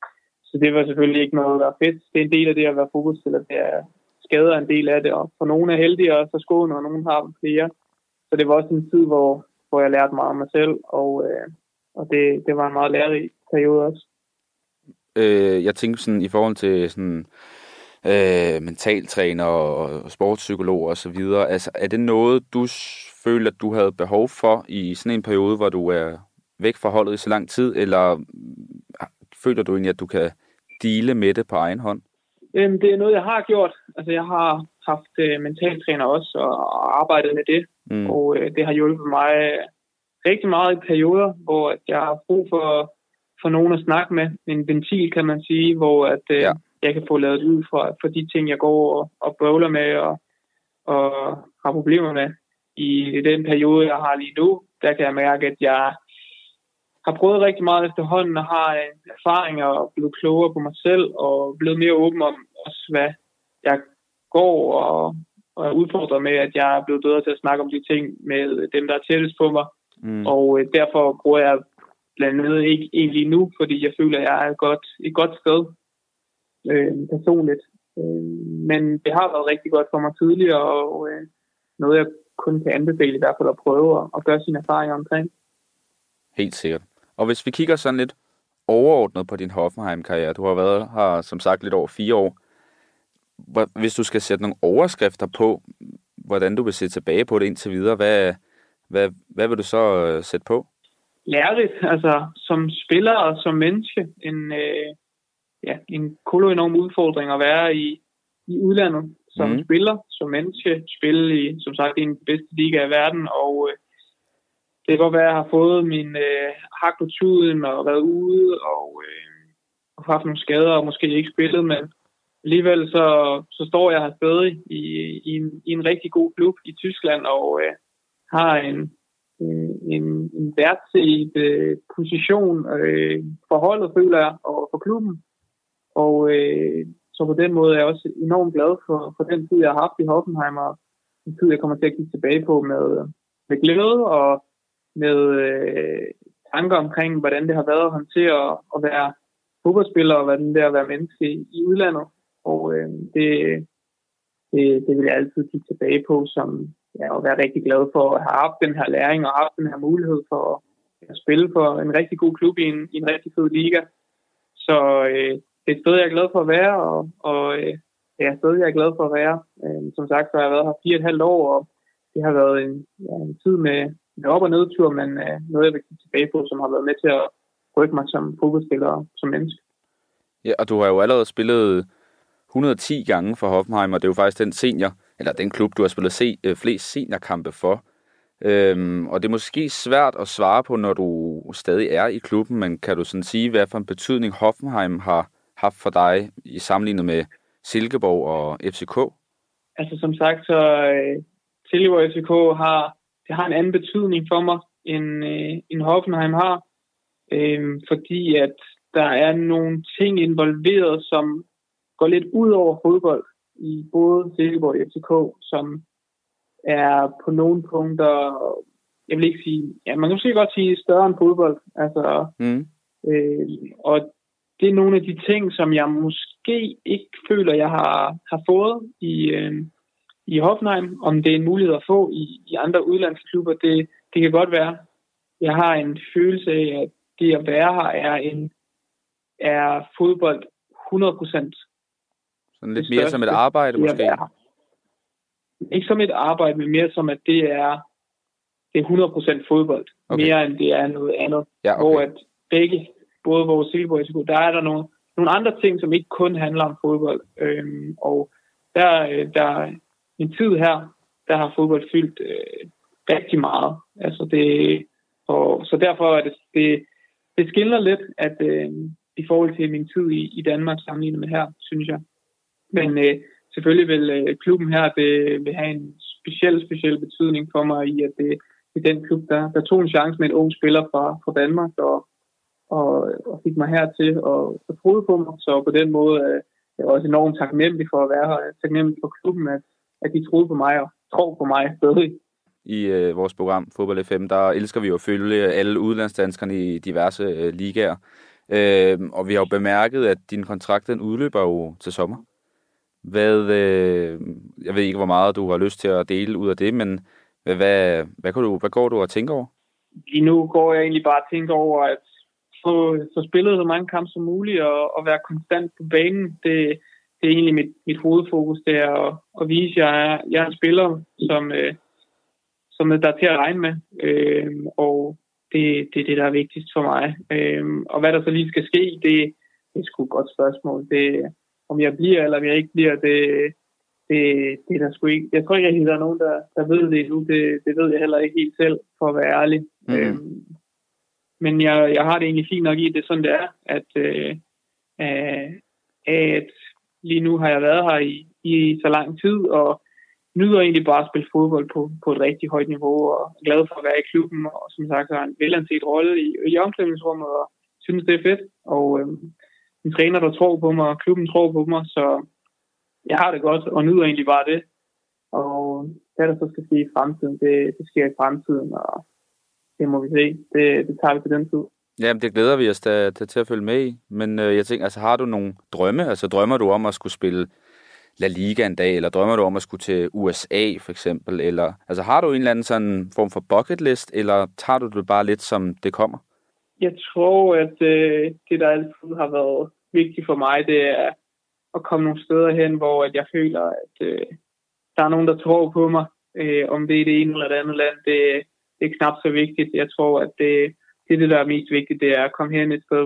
Så det var selvfølgelig ikke noget, der er fedt. Det er en del af det at være fodboldspiller. Det er skader en del af det, og for nogle er heldige, og så skåne, og nogle har flere. Så det var også en tid, hvor jeg lærte meget om mig selv, og det var en meget lærerig periode også. Jeg tænker sådan i forhold til sådan mentaltræner og sportspsykolog og så videre. Altså, er det noget, du føler, at du havde behov for i sådan en periode, hvor du er væk fra holdet i så lang tid, eller føler du egentlig, at du kan deale med det på egen hånd? Det er noget, jeg har gjort. Altså, jeg har haft mentaltræner også og arbejdet med det, og det har hjulpet mig rigtig meget i perioder, hvor jeg har brug for nogen at snakke med. En ventil, kan man sige, hvor jeg kan få lavet ud for de ting, jeg går og bøvler med og har problemer med. I den periode, jeg har lige nu, der kan jeg mærke, at jeg har prøvet rigtig meget efterhånden og har erfaring og blevet klogere på mig selv og blevet mere åben om også, hvad jeg går og er udfordret med, at jeg er blevet bedre til at snakke om de ting med dem, der er tættest på mig. Og derfor bruger jeg blandt andet ikke egentlig nu, fordi jeg føler, at jeg er et godt sted personligt. Men det har været rigtig godt for mig tidligere, og noget, jeg kun kan anbefale i hvert fald at prøve at gøre sine erfaringer omkring. Helt sikkert. Og hvis vi kigger sådan lidt overordnet på din Hoffenheim-karriere, du har været her som sagt lidt over 4 år. Hvis du skal sætte nogle overskrifter på, hvordan du vil se tilbage på det indtil videre, hvad vil du så sætte på? Lærerigt, altså som spiller og som menneske, en koloenorm udfordring at være i udlandet som spiller, som menneske, spille i, som sagt, en bedste liga i verden, og det kan godt være, at jeg har fået min hak på tuden og været ude og haft nogle skader og måske ikke spillet, men alligevel så står jeg her stadig i en rigtig god klub i Tyskland og har en værtset position for holdet, føler jeg, og for klubben. Og så på den måde er jeg også enormt glad for den tid, jeg har haft i Hoffenheim, og den tid, jeg kommer til at kigge tilbage på med glæde og med tanker omkring, hvordan det har været at håndtere at være fodboldspiller, og hvordan det er at være menneske i udlandet. Og det vil jeg altid kigge tilbage på, som at være rigtig glad for at have haft den her læring og haft den her mulighed for at spille for en rigtig god klub i en rigtig fed liga. Så det er et sted, jeg er glad for at være, og det er et sted, jeg er glad for at være. Som sagt, så har jeg været her 4,5 år, og det har været en tid med op- og nedtur, men noget, jeg vil kigge tilbage på, som har været med til at rykke mig som fodboldspiller og som menneske. Ja, og du har jo allerede spillet 110 gange for Hoffenheim, og det er jo faktisk den klub, du har spillet flest seniorkampe for. Og det er måske svært at svare på, når du stadig er i klubben, men kan du sådan sige, hvad for en betydning Hoffenheim har haft for dig i sammenlignet med Silkeborg og FCK? Altså som sagt, så Silkeborg og FCK har en anden betydning for mig, end Hoffenheim har. Fordi at der er nogle ting involveret, som går lidt ud over fodbold i både Silkeborg og FCK, som er på nogle punkter, jeg vil ikke sige, man kan måske godt sige større end fodbold. Altså, og det er nogle af de ting, som jeg måske ikke føler, jeg har fået i Hoffenheim. Om det er en mulighed at få i andre udlandsklubber, det kan godt være. Jeg har en følelse af, at det at være her er fodbold 100%. Sådan lidt mere som et arbejde måske? Ikke som et arbejde, men mere som, at det er 100% fodbold. Okay. Mere end det er noget andet. Ja, okay. Hvor at både vores Silkeborg og FCK, der er der nogle andre ting, som ikke kun handler om fodbold. Og der en tid her, der har fodbold fyldt rigtig meget. Altså så derfor er det skiller lidt, at i forhold til min tid i Danmark sammenlignet med her, synes jeg. Men selvfølgelig vil klubben her, det vil have en speciel betydning for mig i, at det er den klub, der tog en chance med en ung spiller fra Danmark og fik mig hertil og troede på mig. Så på den måde er jeg også enormt taknemmelig for at være her. Jeg er taknemmelig for klubben, at de troede på mig og tror på mig stadig. I vores program Fodbold FM, der elsker vi jo at følge alle udlandsdanskerne i diverse ligaer. Og vi har jo bemærket, at din kontrakt den udløber jo til sommer. Jeg ved ikke, hvor meget du har lyst til at dele ud af det, men hvad går du og tænker over? Lige nu går jeg egentlig bare og tænker over at få spillet så mange kampe som muligt og være konstant på banen. Det er egentlig mit hovedfokus, det er at vise, at jeg er en spiller, som der er til at regne med. Og det er det, der er vigtigst for mig. Og hvad der så lige skal ske, det er sgu et godt spørgsmål. Om jeg bliver eller om jeg ikke bliver, det er der sgu ikke. Jeg tror ikke, at der er nogen, der ved det nu. Det ved jeg heller ikke helt selv, for at være ærlig. Men jeg har det egentlig fint nok i, det sådan det er, at lige nu har jeg været her i så lang tid, og nyder egentlig bare at spille fodbold på et rigtig højt niveau, og er glad for at være i klubben, og som sagt har en velanset rolle i omklædningsrummet, og synes, det er fedt. Og en træner, der tror på mig, og klubben tror på mig, så jeg har det godt, og nyder egentlig bare det. Og hvad der så skal ske i fremtiden, det sker i fremtiden, og det må vi se. Det tager vi til den tid. Jamen, det glæder vi os til at følge med i. Men jeg tænker, altså har du nogle drømme? Altså drømmer du om at skulle spille La Liga en dag, eller drømmer du om at skulle til USA for eksempel? Eller, altså har du en eller anden sådan form for bucket list, eller tager du det bare lidt som det kommer? Jeg tror, at det der altid har været vigtigt for mig, det er at komme nogle steder hen, hvor at jeg føler, at der er nogen, der tror på mig. Om det er det ene eller det andet land, det er knap så vigtigt. Jeg tror, at det der er mest vigtigt, det er at komme hen et sted,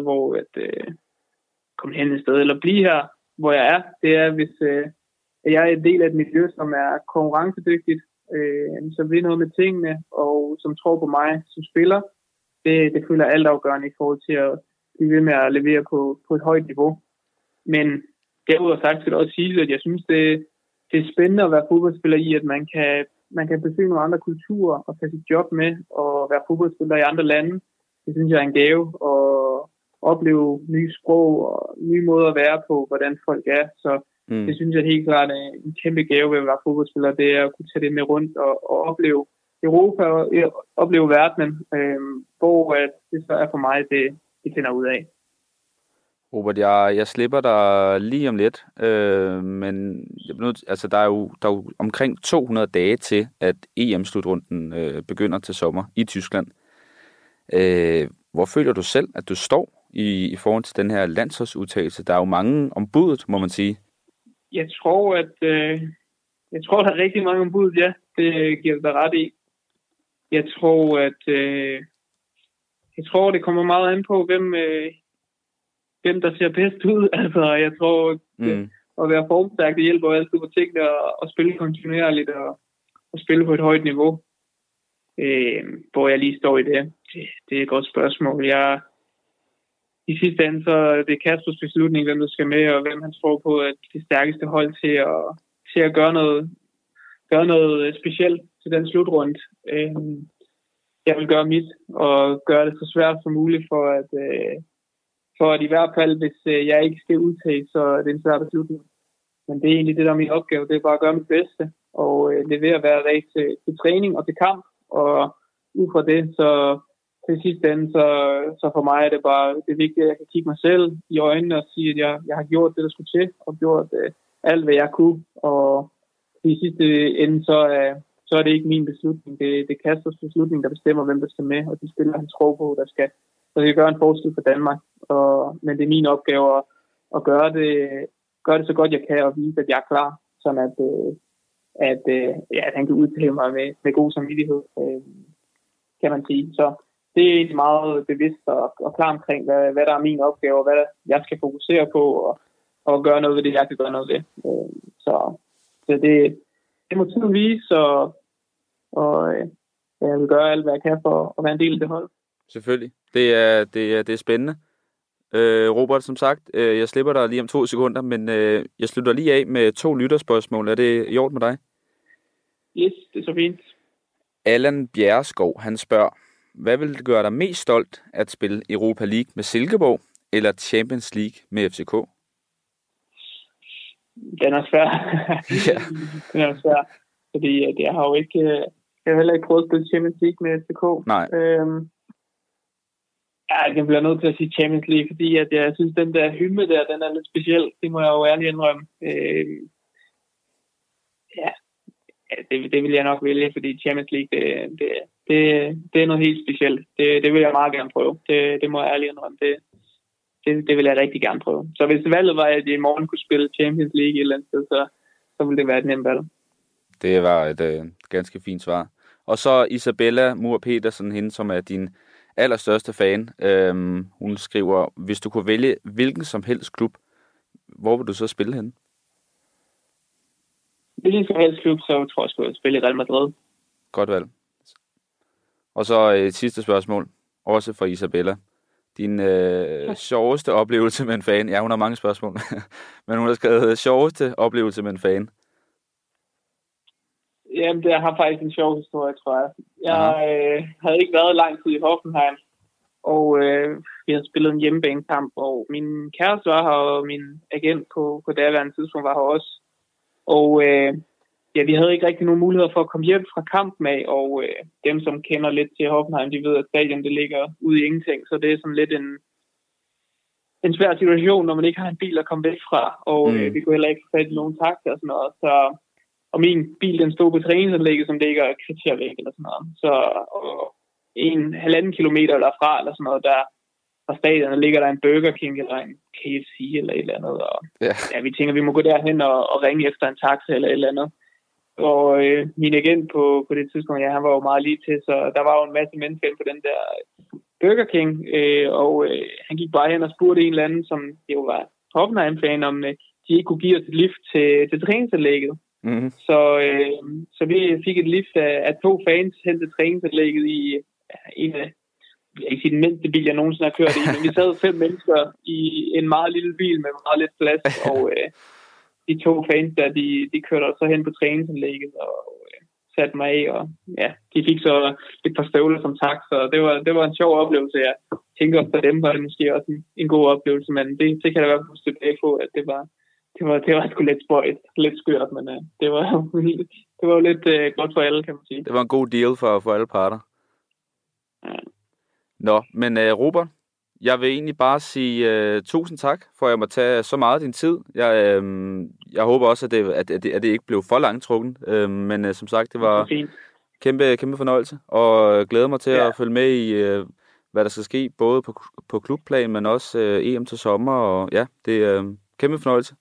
eller blive her, hvor jeg er. Det er, hvis jeg er en del af et miljø, som er konkurrencedygtigt, som vil noget med tingene, og som tror på mig som spiller. Det føler alt afgørende i forhold til at blive ved med at levere på et højt niveau. Men derudover sagt skal det også sige, at jeg synes, det er spændende at være fodboldspiller i, at man kan besøge nogle andre kulturer og tage sit job med og være fodboldspiller i andre lande. Det synes jeg er en gave at opleve nye sprog og nye måder at være på, hvordan folk er. Så det synes jeg helt klart er en kæmpe gave ved at være fodboldspiller. Det er at kunne tage det med rundt og opleve Europa og opleve verdenen, hvor det så er for mig, det finder ud af. Robert, jeg slipper dig lige om lidt, men altså, der er jo omkring 200 dage til, at EM-slutrunden begynder til sommer i Tyskland. Hvor føler du selv, at du står i forhold til den her landsholdsudtagelse? Der er jo mange om budet, må man sige. Jeg tror, der er rigtig mange om budet, ja. Det giver dig ret i. Jeg tror, det kommer meget an på, hvem der ser bedst ud. Altså, jeg tror, at være formstærk, det hjælper altid på tingene at spille kontinuerligt og spille på et højt niveau. Hvor jeg lige står i det. Det er et godt spørgsmål. I sidste ende, så er det Kaspers beslutning, hvem der skal med, og hvem han tror på, at det stærkeste hold til at gøre noget specielt til den slutrunde. Jeg vil gøre mit, og gøre det så svært som muligt, for at i hvert fald, hvis jeg ikke skal udtage, så er det en svær beslutning. Men det er egentlig det, der er min opgave. Det er bare at gøre mit bedste, og levere hver dag til træning og til kamp. Og ud fra det, så til sidste ende, så for mig er det bare det vigtige, at jeg kan kigge mig selv i øjnene og sige, at jeg har gjort det, der skulle til, og gjort alt, hvad jeg kunne. Og i sidste ende, så er det ikke min beslutning. Det er Kaspers beslutning, der bestemmer, hvem der skal med, og de spiller, han tror på, der skal gøre en forskel for Danmark. Men det er min opgave at gøre det så godt, jeg kan, og vise, at jeg er klar, sådan at han kan udtale mig med god samvittighed, kan man sige. Så det er egentlig meget bevidst og klar omkring, hvad der er min opgave, og hvad jeg skal fokusere på, og gøre noget ved det, jeg kan gøre noget ved. Så det må tiden vise, og jeg vil gøre alt, hvad jeg kan for at være en del af det hold. Selvfølgelig. Det er spændende. Robert, som sagt, jeg slipper dig lige om 2 sekunder, men jeg slutter lige af med 2 lytterspørgsmål. Er det i orden med dig? Yes, det er så fint. Allan Bjerreskov, han spørger, hvad vil det gøre dig mest stolt at spille Europa League med Silkeborg eller Champions League med FCK? Den er svær. Ja. Den er svær, fordi jeg har jo ikke... Jeg har heller ikke prøvet at spille Champions League med FCK. Nej. Ja, jeg bliver nødt til at sige Champions League, fordi at jeg synes, den der hymne der, den er lidt speciel. Det må jeg jo ærligt indrømme. Det vil jeg nok vælge, fordi Champions League, det er noget helt specielt. Det vil jeg meget gerne prøve. Det må jeg ærligt indrømme. Det vil jeg rigtig gerne prøve. Så hvis valget var, at jeg i morgen kunne spille Champions League et eller andet sted, så ville det være et nemt valg. Det var et ganske fint svar. Og så Isabella Mur Petersen, hende som er din allerstørste fan. Hun skriver, hvis du kunne vælge hvilken som helst klub, hvor vil du så spille henne? Hvilken som helst klub, så tror jeg, skulle spille i Real Madrid. Godt valg. Og så et sidste spørgsmål, også fra Isabella. Din sjoveste oplevelse med en fan. Ja, hun har mange spørgsmål, men hun har skrevet sjoveste oplevelse med en fan. Jamen, det har faktisk en sjov historie, tror jeg. Jeg havde ikke været lang tid i Hoffenheim, og vi havde spillet en hjemmebanekamp, og min kæreste var her, og min agent på daværende tidspunkt var her også. Og vi havde ikke rigtig nogen muligheder for at komme hjem fra kampen af, og dem, som kender lidt til Hoffenheim, de ved, at stadion det ligger ude i ingenting, så det er sådan lidt en svær situation, når man ikke har en bil at komme væk fra, og vi kunne heller ikke få fat i nogen taxa og sådan noget, og min bil, den stod på træningsanlægget, som ligger et kvarter væk eller sådan noget. Så 1,5 kilometer derfra eller sådan noget, der fra stadion ligger der en Burger King eller en KFC eller et eller andet. Og vi tænker, vi må gå derhen og ringe efter en taxa eller et eller andet. Og min agent på det tidspunkt, han var jo meget lige til, så der var jo en masse mennesker inde på den der Burger King, og han gik bare hen og spurgte en eller anden, som jo var Hoffenheim-fan, om de ikke kunne give os et lift til træningsanlægget. Mm-hmm. Så vi fik et lift af 2 fans hen til træningsanlægget i en af, jeg ikke sige den mindste bil, jeg nogensinde har kørt i, men vi sad 5 mennesker i en meget lille bil med meget lidt plads, og de 2 fans der, de kørte så hen på træningsanlægget og satte mig af, og de fik så et par støvler som tak, så det var en sjov oplevelse. Jeg tænker også for dem var det måske også en god oplevelse, men det kan jeg i hvert fald huske tilbage på, at det var sgu lidt spøjt, lidt skørt, men det var jo lidt godt for alle, kan man sige. Det var en god deal for alle parter. Ja. Nå, men Robert, jeg vil egentlig bare sige tusind tak, for at jeg må tage så meget af din tid. Jeg håber også, at det ikke blev for langtrukken, men som sagt, det var kæmpe fornøjelse, og glæder mig til at følge med i, hvad der skal ske, både på klubplan, men også EM til sommer, og det er kæmpe fornøjelse.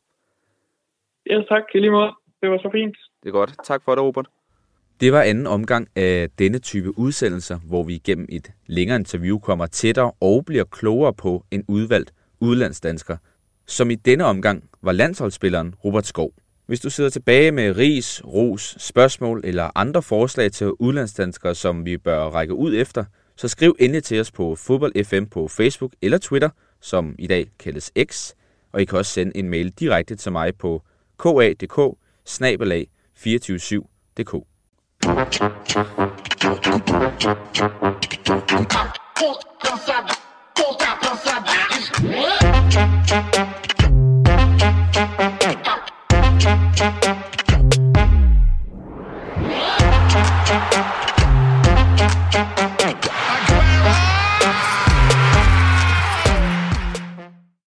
Ja, tak. I lige måde. Det var så fint. Det er godt. Tak for det, Robert. Det var anden omgang af denne type udsendelser, hvor vi igennem et længere interview kommer tættere og bliver klogere på en udvalgt udlandsdansker, som i denne omgang var landsholdsspilleren Robert Skov. Hvis du sidder tilbage med ris, ros, spørgsmål eller andre forslag til udlandsdanskere, som vi bør række ud efter, så skriv endelig til os på Fodbold FM på Facebook eller Twitter, som i dag kaldes X, og I kan også sende en mail direkte til mig på ka.dk@247.dk.